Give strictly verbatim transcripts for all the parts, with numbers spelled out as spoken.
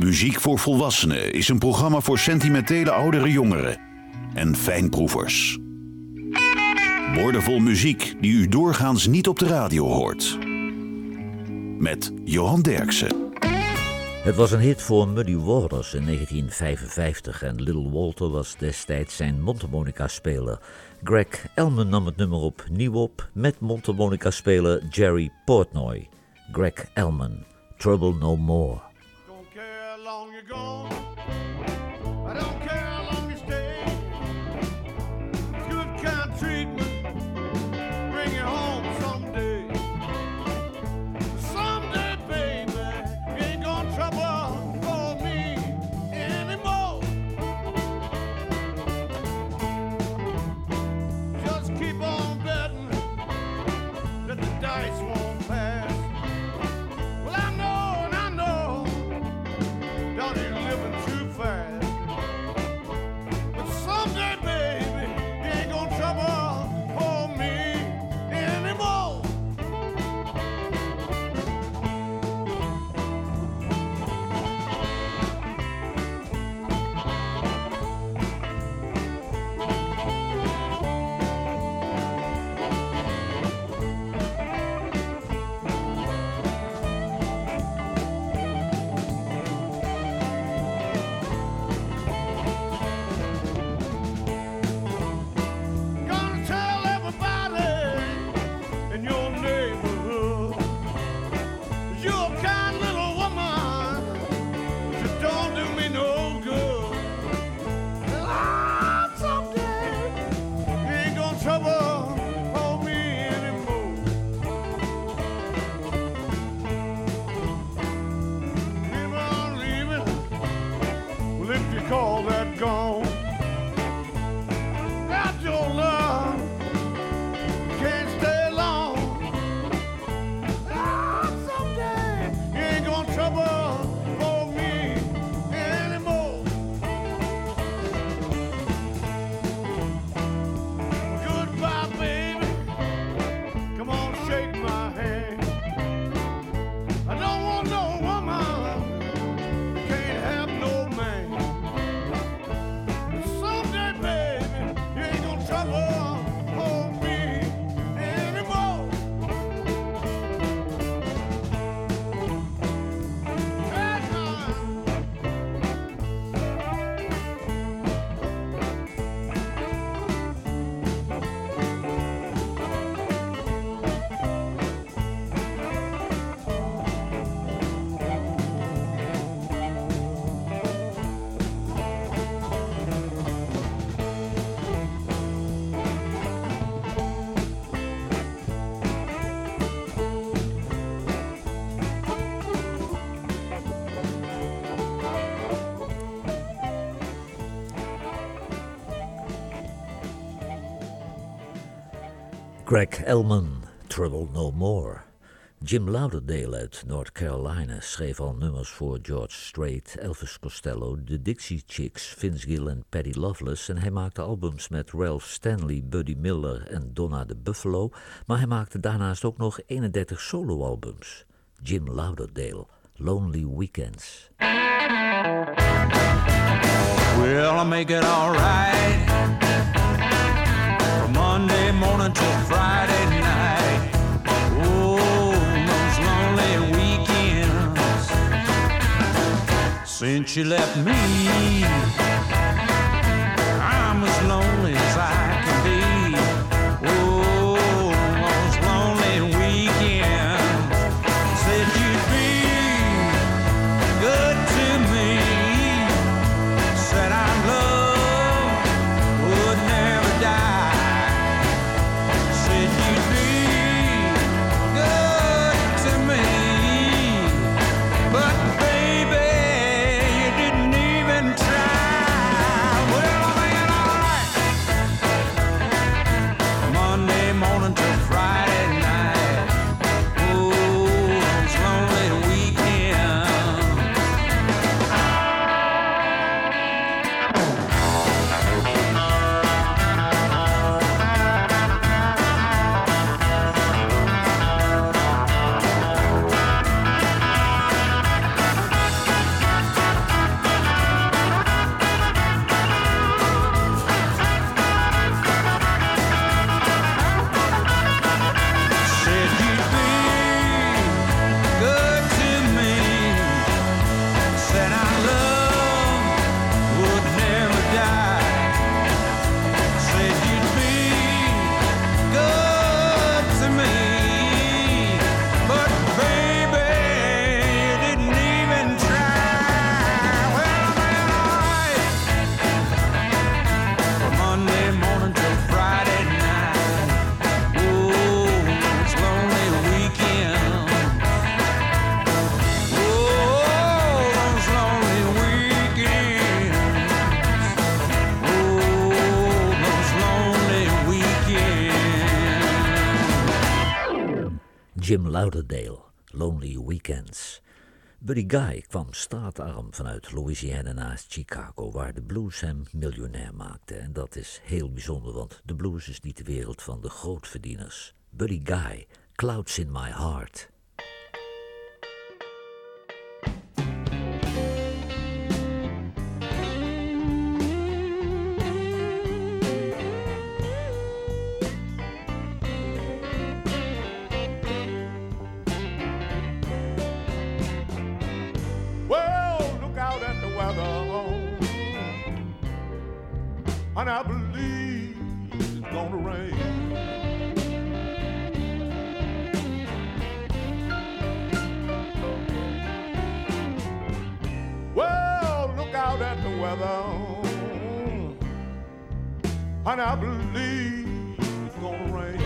Muziek voor Volwassenen is een programma voor sentimentele oudere jongeren en fijnproevers. Woordenvol muziek die u doorgaans niet op de radio hoort. Met Johan Derksen. Het was een hit voor Muddy Waters in negentien vijfenvijftig en Little Walter was destijds zijn mondharmonica-speler. Greg Elman nam het nummer opnieuw op met mondharmonica-speler Jerry Portnoy. Greg Elman, Trouble No More. Don't care how long you're gone. I don't care how long you stay. Good kind of treatment. Bring you home someday. Someday, baby, you ain't gonna trouble for me anymore. Just keep on betting that the dice won't pass. Well, I know and I know, don't you living too fast. But someday, baby, you ain't gonna trouble for me anymore. Gonna tell everybody in your neighborhood that you're a kind little woman, but you don't do me no good. Ah, someday you ain't gonna trouble for me anymore. Leave on leaving, well, if you call that gone. Got your love, can't stay long. Ah, someday you ain't gonna trouble for me anymore. Goodbye, baby. Come on, shake my hand. I don't want no woman, can't have no man. Someday, baby, you ain't gonna trouble for me anymore. Hey, now. Greg Elman, Trouble No More. Jim Lauderdale uit North Carolina schreef al nummers voor George Strait, Elvis Costello, de Dixie Chicks, Vince Gill en Patty Loveless en hij maakte albums met Ralph Stanley, Buddy Miller en Donna de Buffalo, maar hij maakte daarnaast ook nog eenendertig soloalbums. Jim Lauderdale, Lonely Weekends. Well, I make it all right from Monday morning till Friday night. Oh, those lonely weekends since you left me, I'm as lonely as I can be. Oh, those lonely weekends said you'd be good to me. Said our love would never die. Said you'd be good to me. But baby, you didn't even try. Well, I made it all right Jim Lauderdale, Lonely Weekends. Buddy Guy kwam straatarm vanuit Louisiana naar Chicago, waar de blues hem miljonair maakte. En dat is heel bijzonder, want de blues is niet de wereld van de grootverdieners. Buddy Guy, Clouds in My Heart. And I believe it's gonna rain. Well, look out at the weather, and I believe it's gonna rain.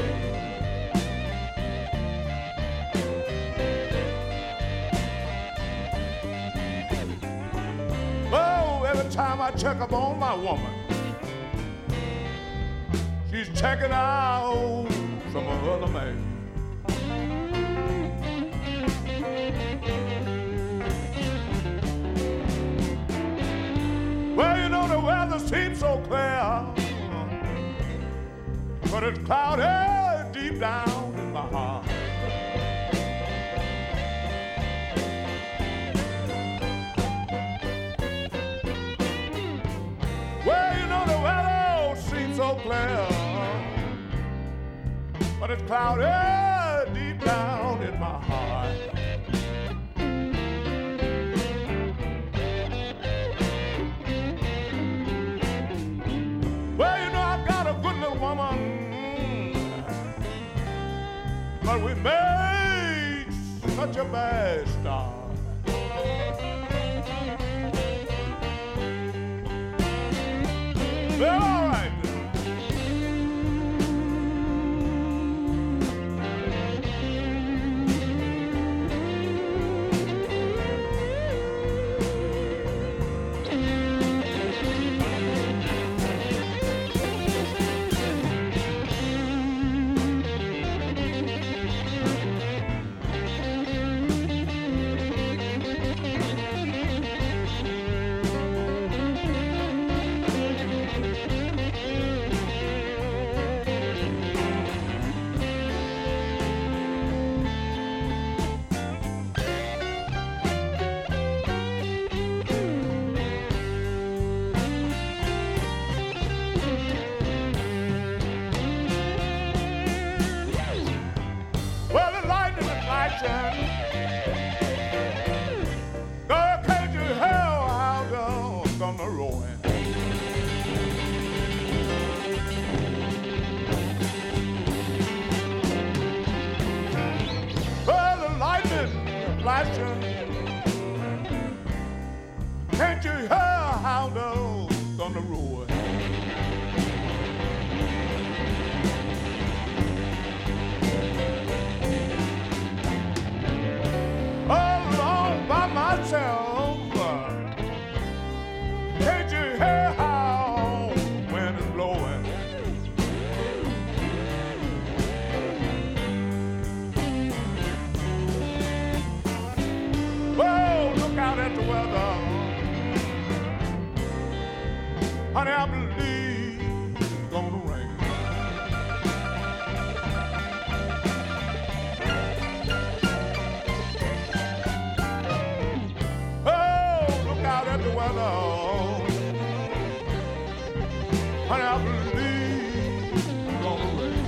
Oh, every time I check up on my woman, she's checking out some other man. Well, you know the weather seems so clear, but it's cloudy deep down in my heart. Well, you know the weather seems so clear, but it's cloudy deep down in my heart. Well, you know I've got a good little woman, but we made such a bad start. Well, all right. Can't you hear how the thunder roar? Alone by myself, can't you hear how the wind is blowing? Oh, look out at the weather, honey, I believe it's gonna rain. Oh, look out at the weather, honey, I believe it's gonna rain.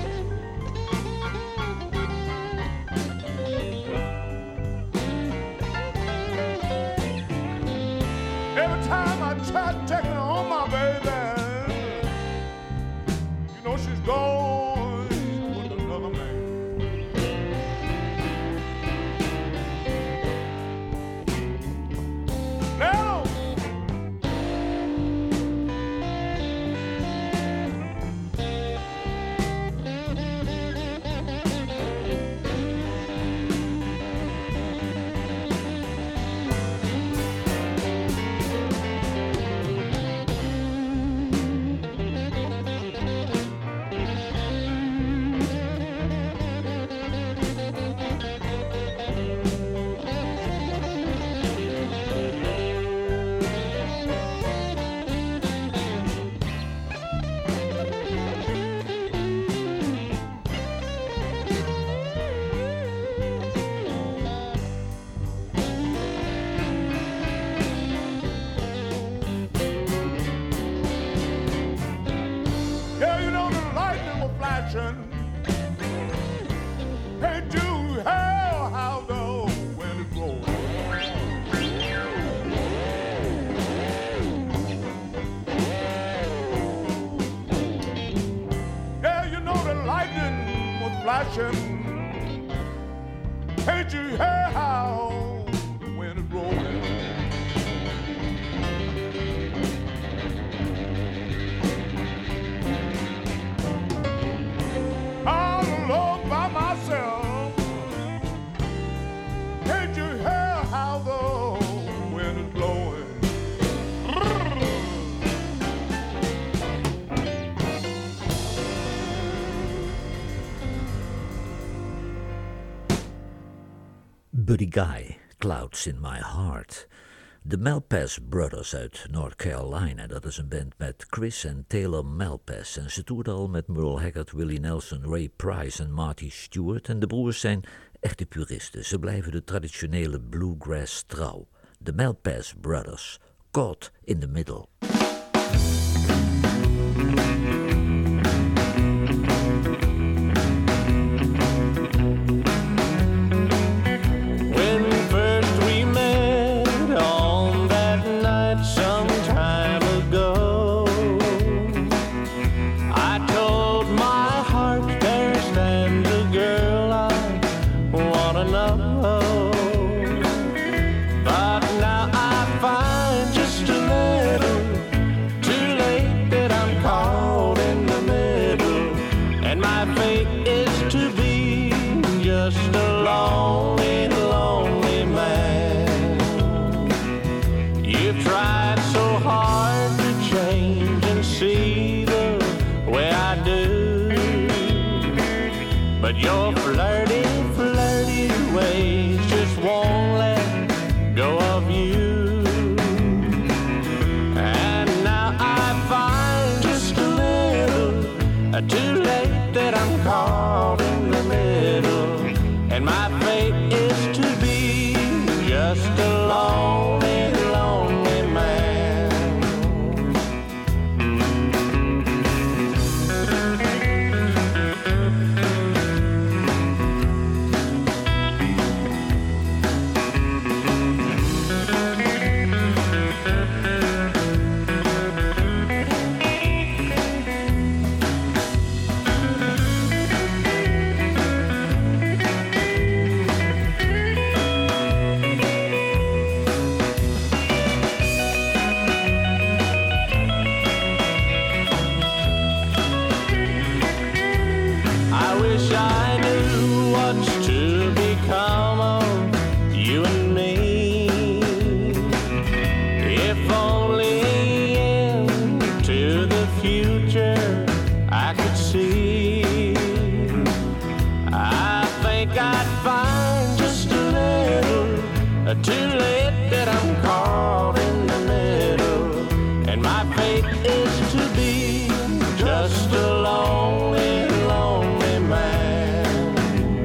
Every time I try checking on my baby, ocean. Can't you hear how the wind is blowing? All alone by myself. Can't you hear how the wind is blowing? Buddy Guy, Clouds in My Heart. De Malpass Brothers uit North Carolina, dat is een band met Chris en Taylor Malpass. En ze toerden al met Merle Haggard, Willie Nelson, Ray Price en Marty Stewart. En de broers zijn echte puristen. Ze blijven de traditionele bluegrass trouw. De Malpass Brothers, Caught in the Middle. Your flirty, flirty ways just won't let go of you. And now I find just a little uh, too late that I'm caught in the middle. And my fate is to be just a lonely, lonely man. Too late that I'm caught in the middle, and my fate is to be just a lonely, lonely man.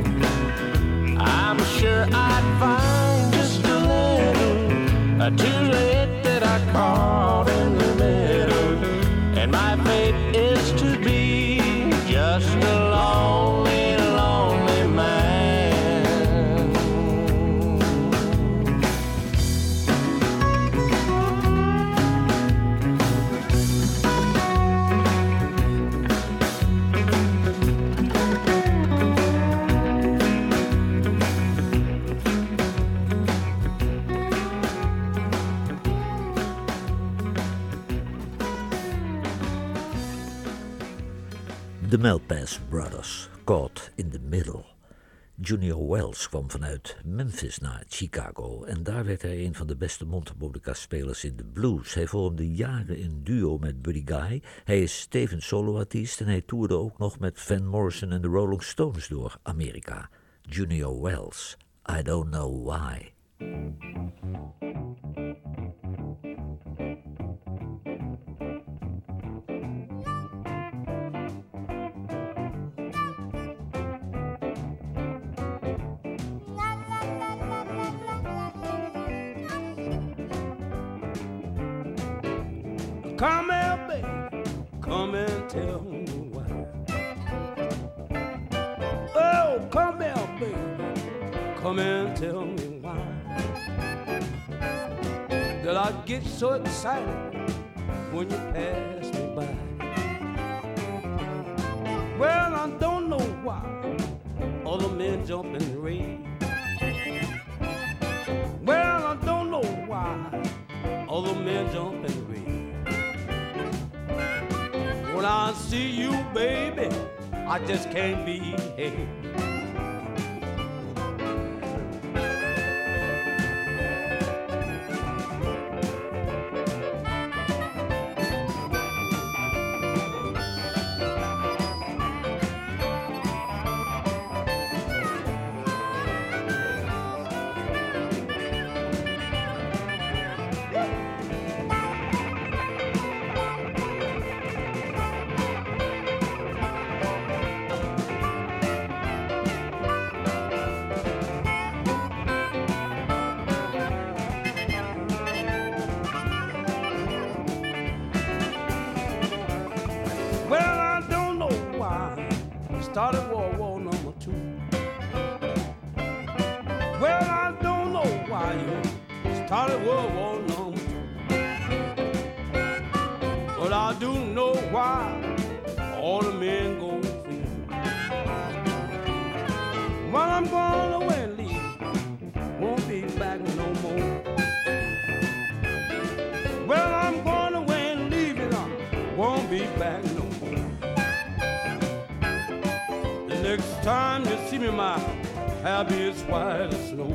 I'm sure I'd find just a little too late that I caught in the middle, and my fate is to be just a lonely, lonely man. De Malpass Brothers, Caught in the Middle. Junior Wells kwam vanuit Memphis naar Chicago en daar werd hij een van de beste mondharmonica-spelers in de blues. Hij vormde jaren een duo met Buddy Guy. Hij is tevens soloartiest en hij toerde ook nog met Van Morrison en de Rolling Stones door Amerika. Junior Wells, I Don't Know Why. Come here, baby, come and tell me why. Oh, come here, baby, come and tell me why. That I get so excited when you pass me by. Well, I don't know why, all the men jump in the rain. Well, I don't know why all the men jump in the rain. When I see you, baby, I just can't behave. Started World War Number Two. Well, I don't know why you started World War Number Two, but I do know why all the men go free. Well, I'm going away and leave, won't be back no more. Well, I'm going away and leave it, I won't be back no more. Next time you see me, my hair be as white as snow.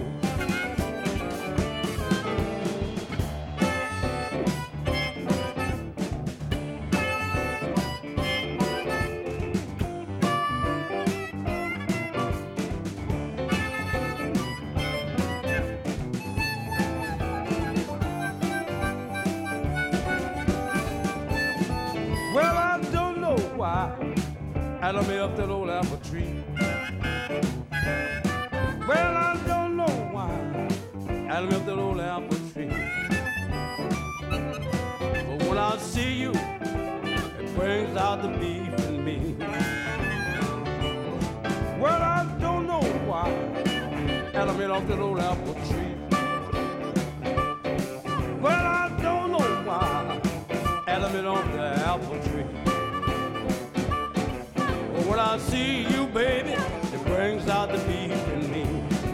Well, I don't know why Adam up that old apple tree. Well, I don't know why Adam up that old apple tree. But when I see you, it brings out the beef in me. Well, I don't know why Adam up that old apple tree. Well, I don't know why Adam up the apple tree. When I see you, baby, it brings out the beef in me.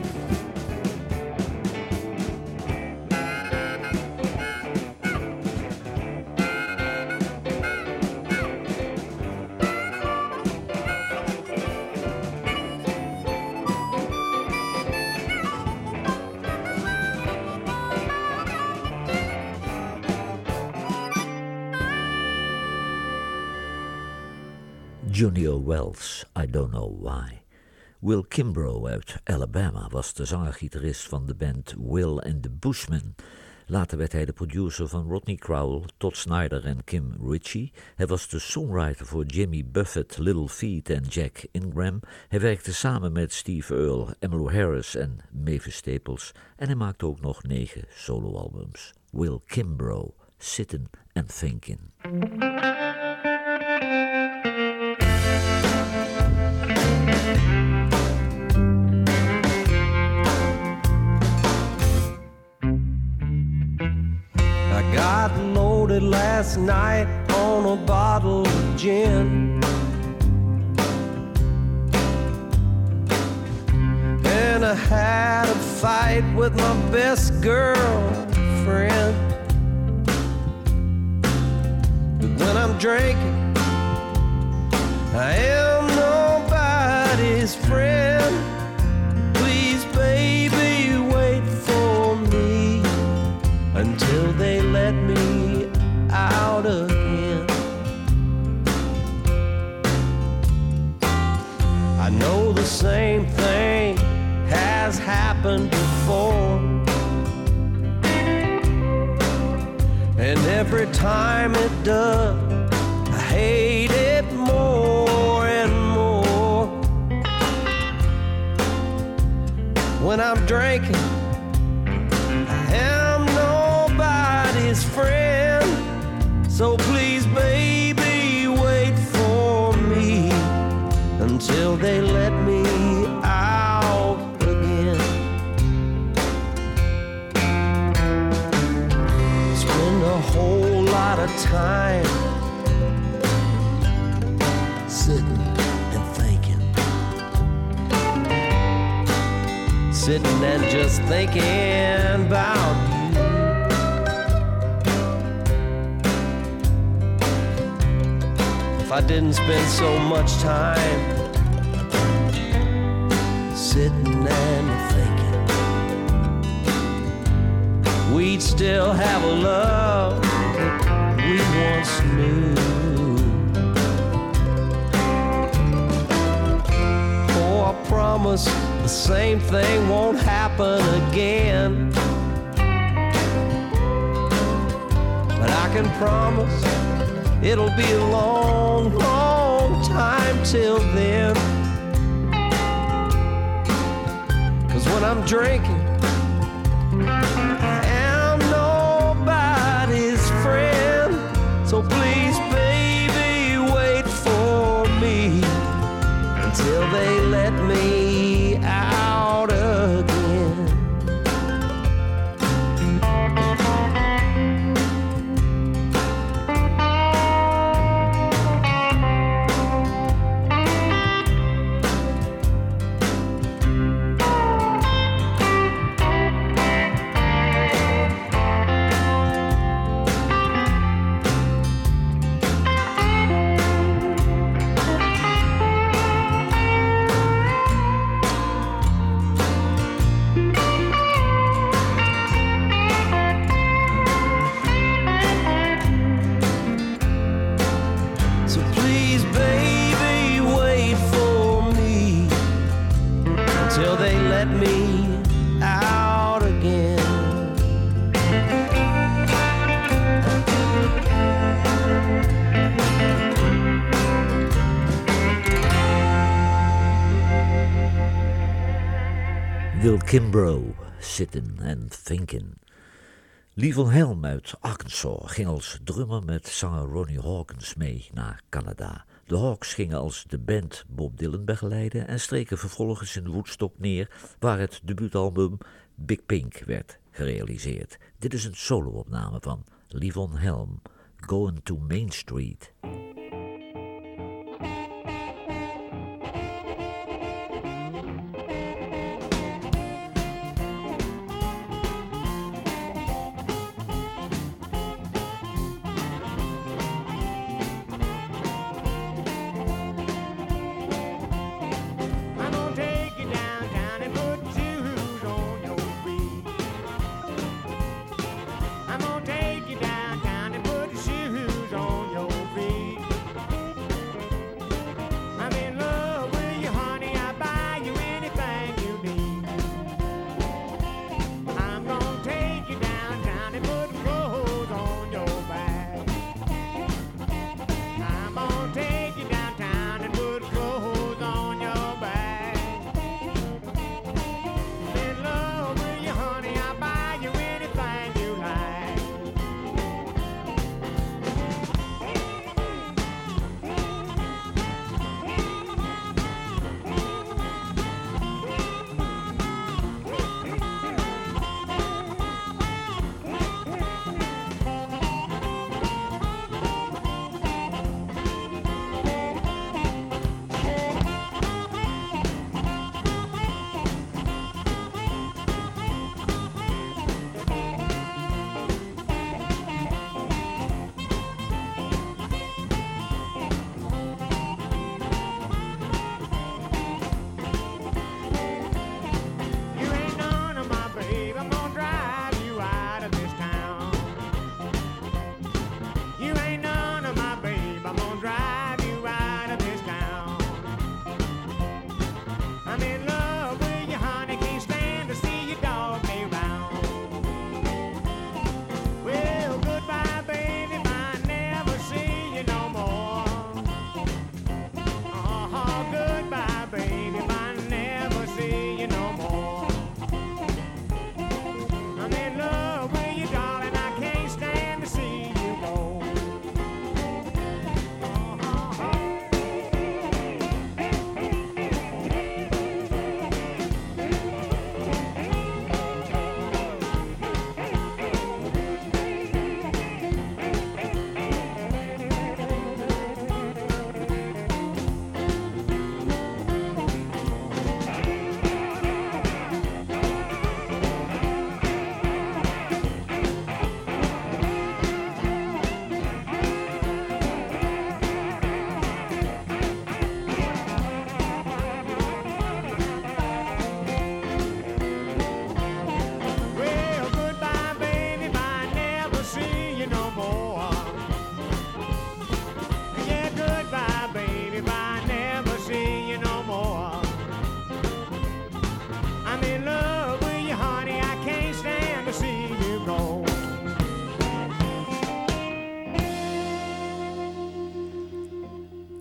Junior Wells, I Don't Know Why. Will Kimbrough uit Alabama was de zanger-gitarist van de band Will and the Bushmen. Later werd hij de producer van Rodney Crowell, Todd Snyder en Kim Ritchie. Hij was de songwriter voor Jimmy Buffett, Little Feat en Jack Ingram. Hij werkte samen met Steve Earle, Emmylou Harris en Mavis Staples. En hij maakte ook nog negen soloalbums. Will Kimbrough, Sittin' and Thinkin'. I got loaded last night on a bottle of gin, and I had a fight with my best girlfriend. But when I'm drinking, I am nobody's friend. Please, baby, wait for me until they let me out again. I know the same thing has happened before, and every time it does, I hate it more and more. When I'm drinking, I am nobody's friend. So please, baby, wait for me until they let me out again. Spend a whole lot of time sitting and thinking. sitting and just thinking about you. If I didn't spend so much time sitting and thinking, we'd still have a love we once knew. Oh, I promise the same thing won't happen again, but I can promise it'll be a long, long time till then. 'Cause when I'm drinking, I'm nobody's friend. So please, baby, wait for me until they let me out again. Will Kimbrough, Sittin' and Thinkin'. Levon Helm uit Arkansas ging als drummer met zanger Ronnie Hawkins mee naar Canada. De Hawks gingen als de band Bob Dylan begeleiden en streken vervolgens in Woodstock neer, waar het debuutalbum Big Pink werd gerealiseerd. Dit is een solo-opname van Levon Helm, Going to Main Street. I'm gonna take you downtown and put your shoes on your feet.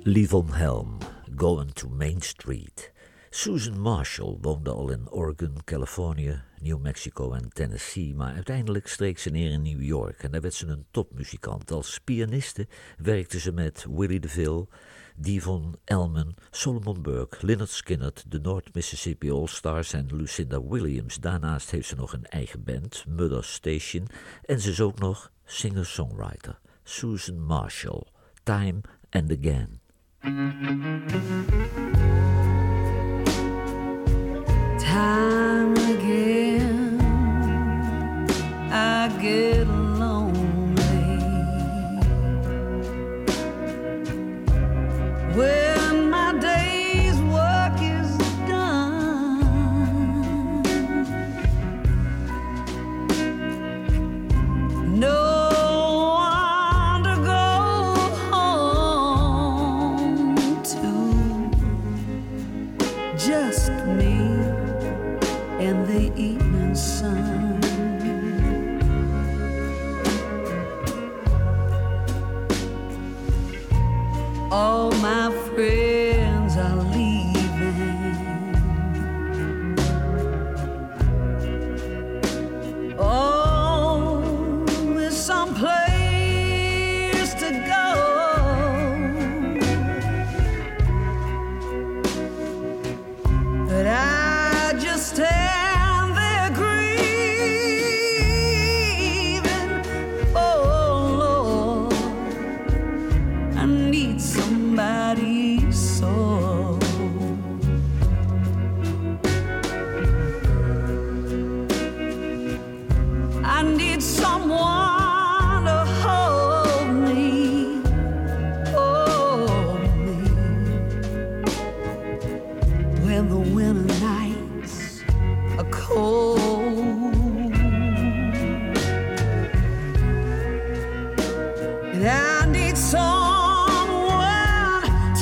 Levon Helm, Going to Main Street. Susan Marshall woonde al in Oregon, Californië, New Mexico en Tennessee, maar uiteindelijk streek ze neer in New York en daar werd ze een topmuzikant. Als pianiste werkte ze met Willie DeVille, Devon Elman, Solomon Burke, Lynyrd Skynyrd, de North Mississippi All-Stars en Lucinda Williams. Daarnaast heeft ze nog een eigen band, Mother Station, en ze is ook nog singer-songwriter. Susan Marshall, Time and Again. Time again, I get lonely when my day's work is done. No one to go home to, just me in the evening sun. All my friends are leaving. Oh, there's some place to go, but I just stand there grieving. Oh Lord, I need somebody so. I need someone to hold me, hold me when the winter nights are cold, and I need someone to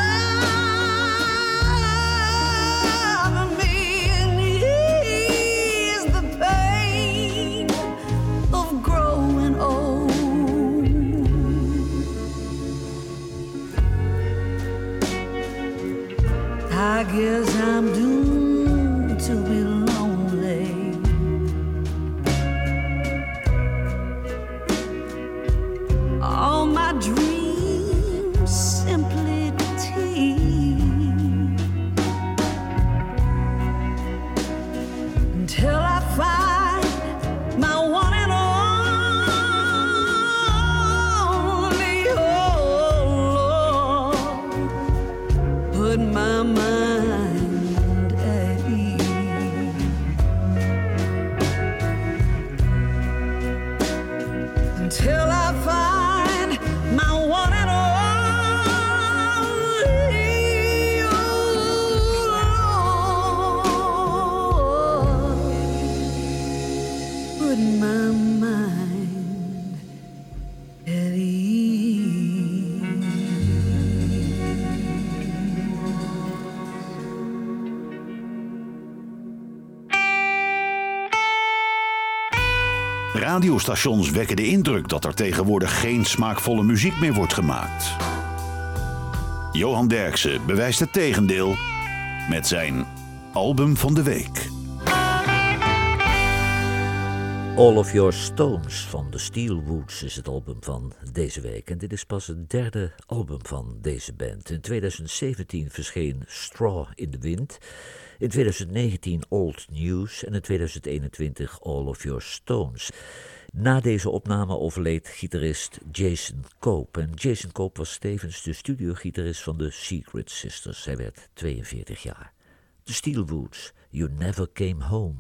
love me and ease the pain of growing old. I guess I'm doomed to be lonely. All my dreams simply tea until I find my one and only. Oh Lord, put my mind at ease until I find my one and only. Oh Lord, put my mind at ease. Radiostations wekken de indruk dat er tegenwoordig geen smaakvolle muziek meer wordt gemaakt. Johan Derksen bewijst het tegendeel met zijn album van de week. All of Your Stones van The Steelwoods is het album van deze week. En dit is pas het derde album van deze band. In tweeduizend zeventien verscheen Straw in the Wind. In tweeduizend negentien Old News. En in tweeduizend eenentwintig All of Your Stones. Na deze opname overleed gitarist Jason Cope. En Jason Cope was tevens de studiogitarist van de Secret Sisters. Hij werd tweeënveertig jaar. The Steelwoods, You Never Came Home.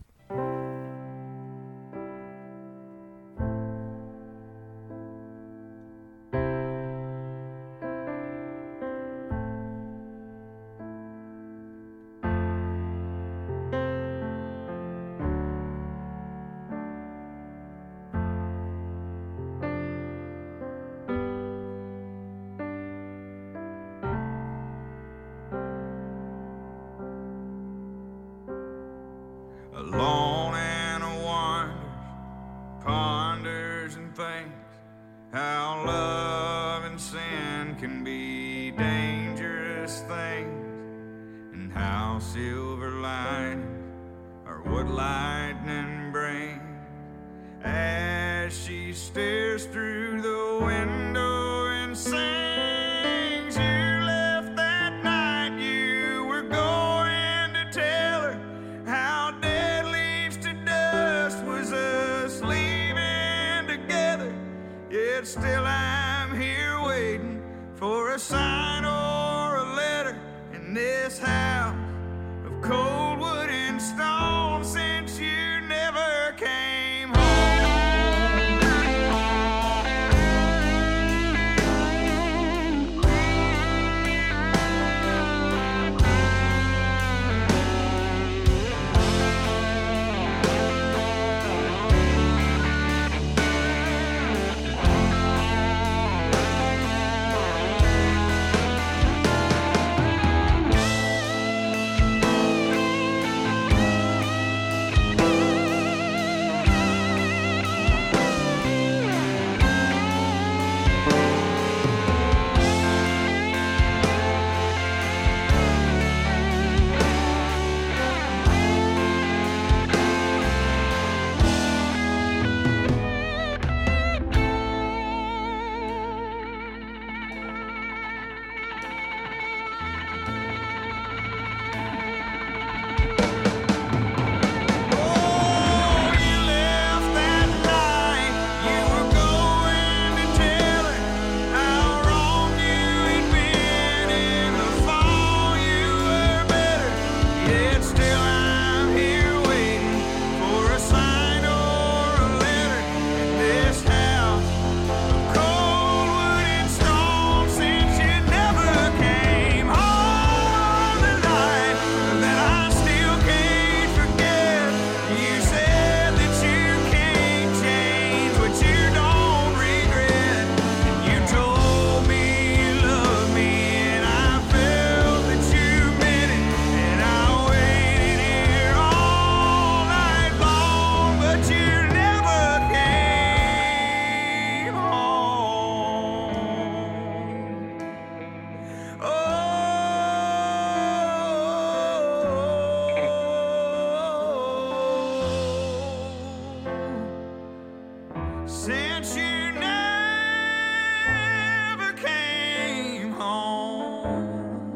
A long silver lining or what lightning brings as she stares through the window and sings. You left that night, you were going to tell her how dead leaves to dust was us leaving together. Yet still I'm here waiting for a sign or a letter in this house of cold wood and stone since you never came home. Since you never came home.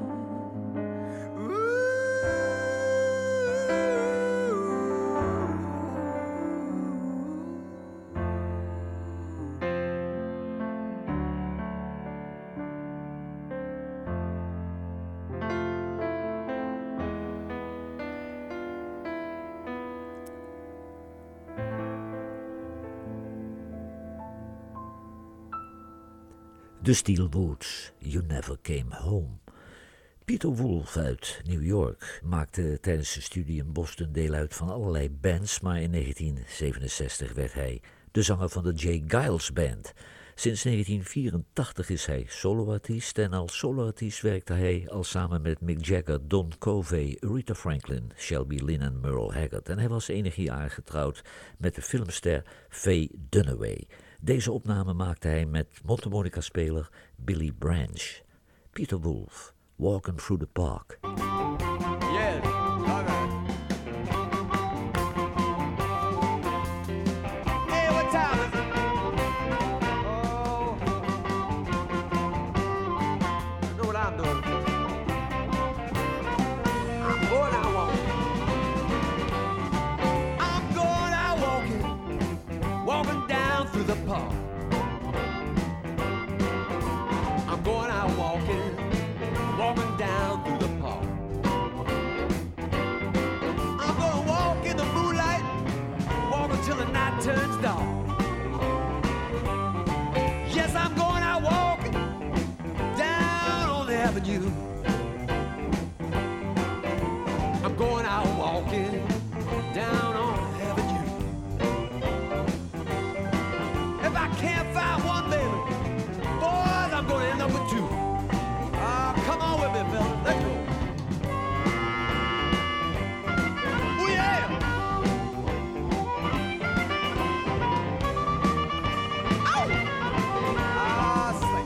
The Steel Woods, You Never Came Home. Peter Wolf uit New York maakte tijdens zijn studie in Boston deel uit van allerlei bands, maar in negentien zevenenzestig werd hij de zanger van de Jay Giles Band. Sinds negentien vierentachtig is hij soloartiest en als soloartiest werkte hij al samen met Mick Jagger, Don Covey, Aretha Franklin, Shelby Lynne en Merle Haggard. En hij was enige jaren getrouwd met de filmster Faye Dunaway. Deze opname maakte hij met mondharmonica-speler Billy Branch. Peter Wolf, Walking Through the Park. Yes, all right. Hey, what time is it? Oh, I know what I'm doing. I'm going out walking. I'm going out walking, walking down through the park. I'm going out walking, walking down through the park. I'm gonna walk in the moonlight, walk until the night turns dark. Yes, I'm going out walking down on the avenue. I'm going out walking down on the avenue. If I can't find one, baby, boys, I'm gonna end up with two. Ah, come on with me, fella. Let's go. Oh, yeah. Ow. Ah, say.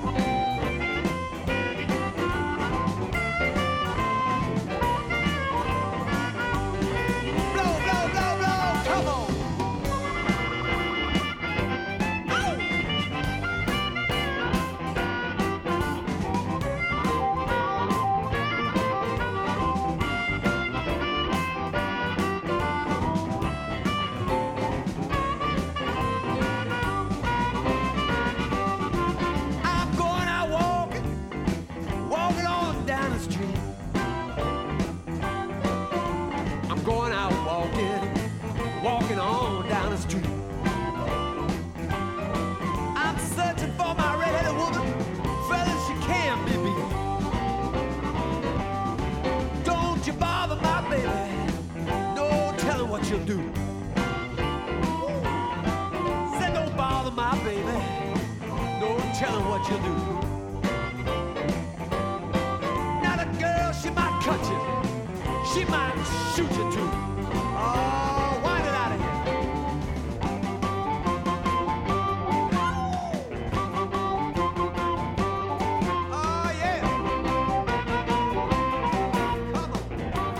do. Said don't bother my baby. No telling what you'll do. Now the girl, she might cut you. She might shoot you too. Oh, wind it out of here. Oh, yeah. Come on.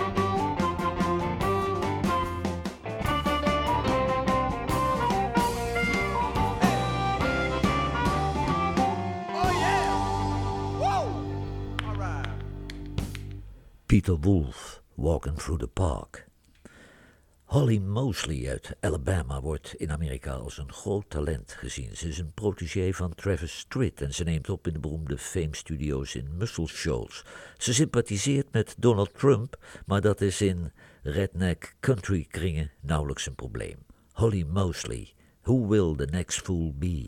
Oh, yeah. Woo! All right. Peter Wolf, Walking Through the Park. Holly Mosley uit Alabama wordt in Amerika als een groot talent gezien. Ze is een protégé van Travis Tritt en ze neemt op in de beroemde Fame Studios in Muscle Shoals. Ze sympathiseert met Donald Trump, maar dat is in redneck country kringen nauwelijks een probleem. Holly Mosley, Who Will the Next Fool Be?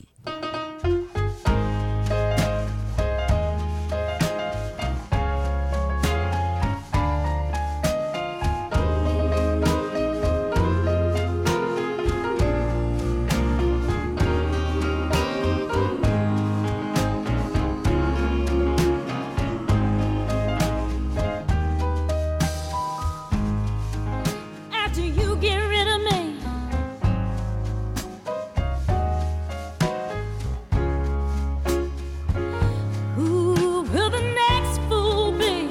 After you get rid of me, who will the next fool be?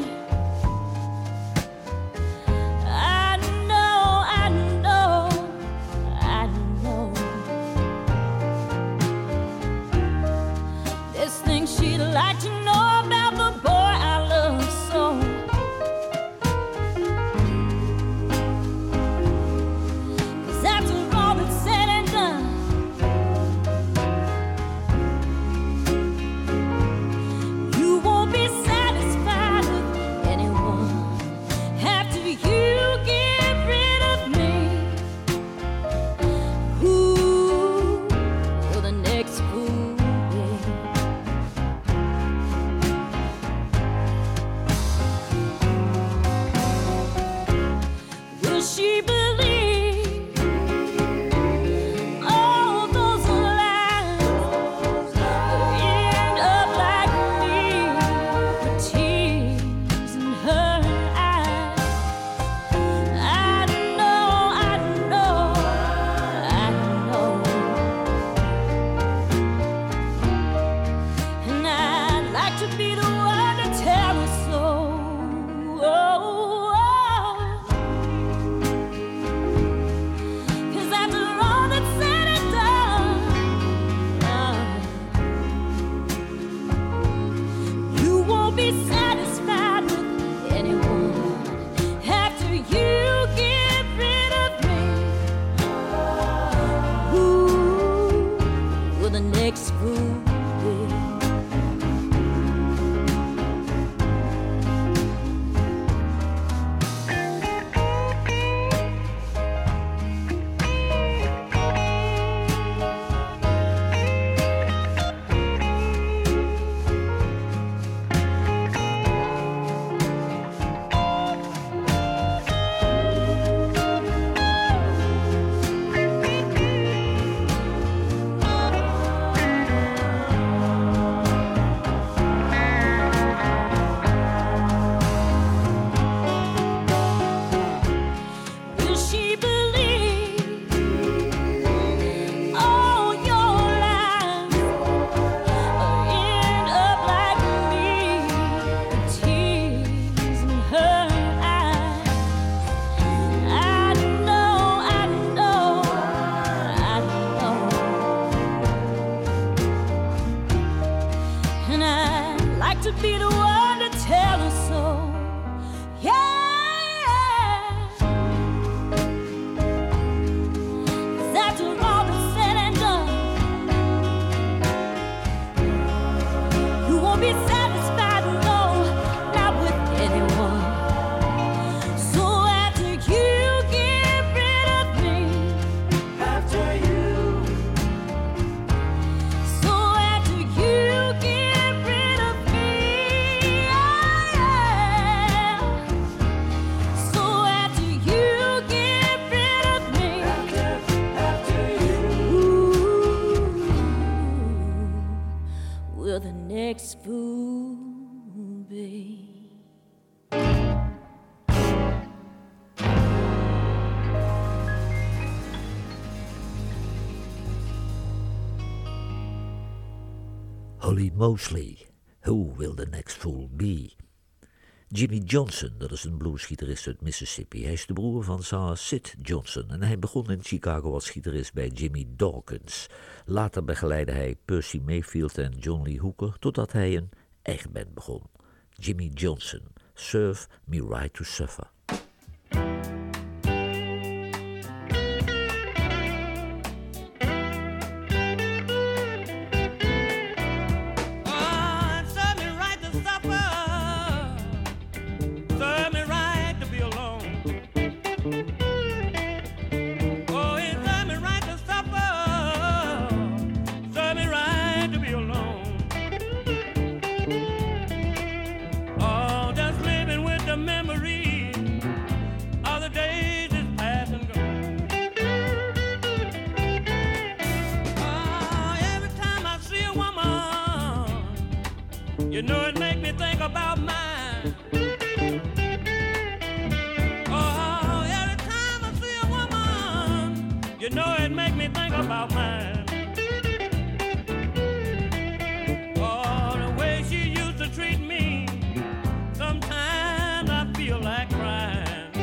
I know, I know, I know. There's things she'd like to know about the boy I love so. Cause after all that's said and done, you won't be satisfied with anyone after you get rid of me. Who will the next fool be? Will she believe all those lies that end up like me, with tears in her eyes? I know, I know, I know, and I'd like to be the one to tell her so. Oh, oh. Cause after all that's said and done, you won't be satisfied with anyone after you get rid of me. Who will the next fool be? Will she believe all your lies or end up like me, with tears in her eyes? I know, I know, I know, and I'd like to be the one to tell her so. Yeah. Cause after all that's said and done, you won't be satisfied, no, not with anyone. So after you get rid of me, after you, so after you get rid of me, Holly Mosley, Who Will the Next Fool Be? Jimmy Johnson, dat is een bluesgitarist uit Mississippi. Hij is de broer van zanger Sid Johnson en hij begon in Chicago als gitarist bij Jimmy Dawkins. Later begeleidde hij Percy Mayfield en John Lee Hooker totdat hij een eigen band begon. Jimmy Johnson, Serve Me Right to Suffer. You know it make me think about mine. Oh, every time I see a woman, you know it make me think about mine. Oh, the way she used to treat me, sometimes I feel like crying.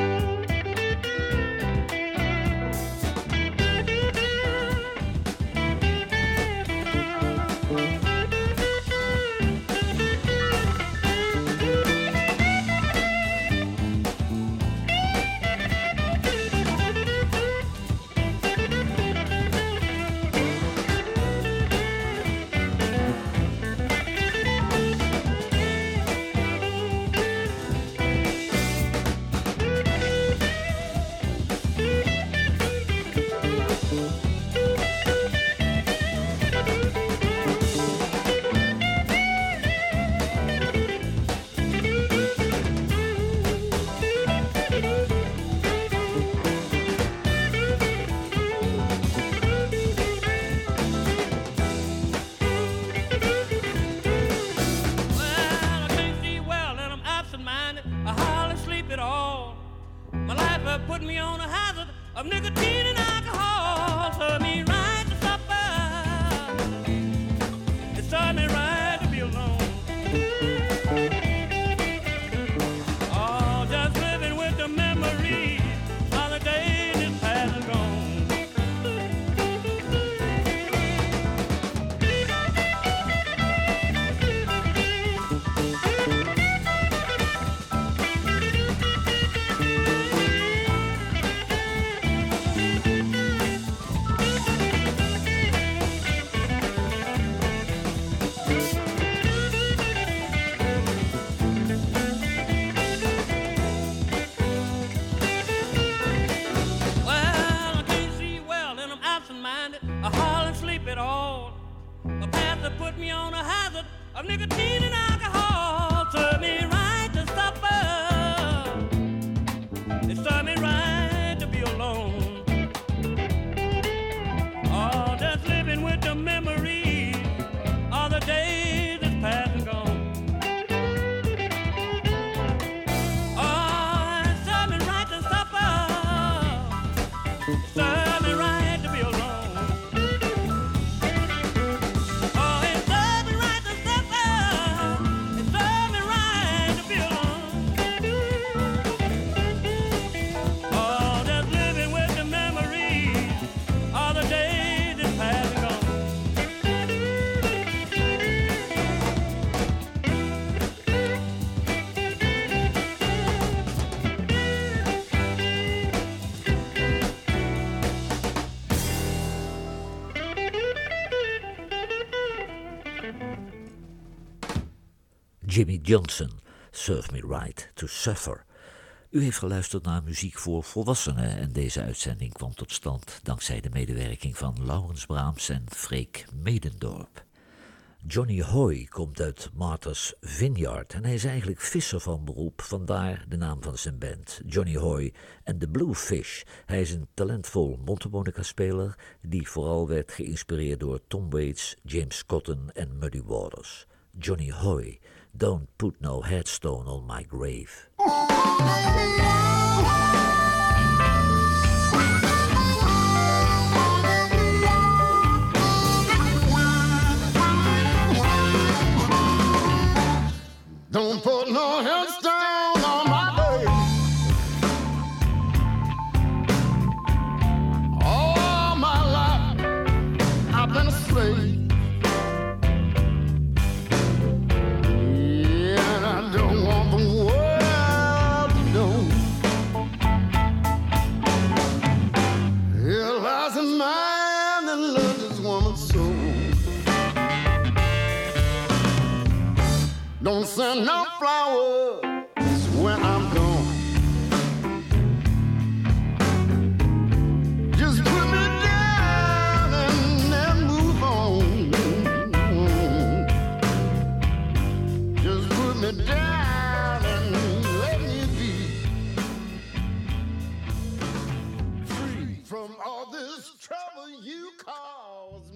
Put me on a hazard of nicotine and alcohol. Serve me right to supper. It served me right to be alone. Oh, just living with the memories of the days that past and gone. Put me on a hazard of nicotine and alcohol. Serve me right to supper. It served me right to be alone. Oh, just living with the memories of the days that's past and gone. Oh, it served me right to supper. It served me right to be alone. Jimmy Johnson, Serve Me Right to Suffer. U heeft geluisterd naar muziek voor volwassenen en deze uitzending kwam tot stand dankzij de medewerking van Laurens Braams en Freek Medendorp. Johnny Hoy komt uit Martha's Vineyard en hij is eigenlijk visser van beroep, vandaar de naam van zijn band, Johnny Hoy en The Bluefish. Hij is een talentvol mondharmonica-speler die vooral werd geïnspireerd door Tom Waits, James Cotton en Muddy Waters. Johnny Hoy, Don't Put No Headstone on My Grave. Thank you. I've been a slave. Yeah, and I don't want the world to know. Here lies a man that loved his woman so. Don't send no flowers when I'm gone. Just put me down and then move on. Just put me down and let me be free from all this trouble you cause